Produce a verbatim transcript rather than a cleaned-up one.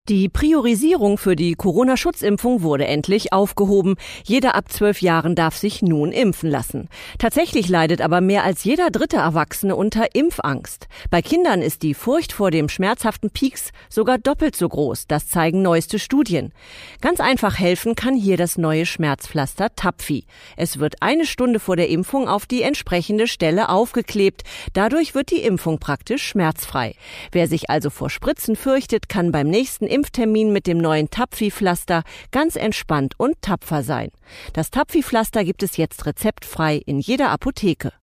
Die Priorisierung für die Corona-Schutzimpfung wurde endlich aufgehoben. Jeder ab zwölf Jahren darf sich nun impfen lassen. Tatsächlich leidet aber mehr als jeder dritte Erwachsene unter Impfangst. Bei Kindern ist die Furcht vor dem schmerzhaften Pieks sogar doppelt so groß. Das zeigen neueste Studien. Ganz einfach helfen kann hier das neue Schmerzpflaster Tapfi. Es wird eine Stunde vor der Impfung auf die entsprechende Stelle aufgeklebt. Dadurch wird die Impfung praktisch schmerzfrei. Wer sich also vor Spritzen fürchtet, kann beim nächsten Impftermin mit dem neuen Tapfi-Pflaster ganz entspannt und tapfer sein. Das Tapfi-Pflaster gibt es jetzt rezeptfrei in jeder Apotheke.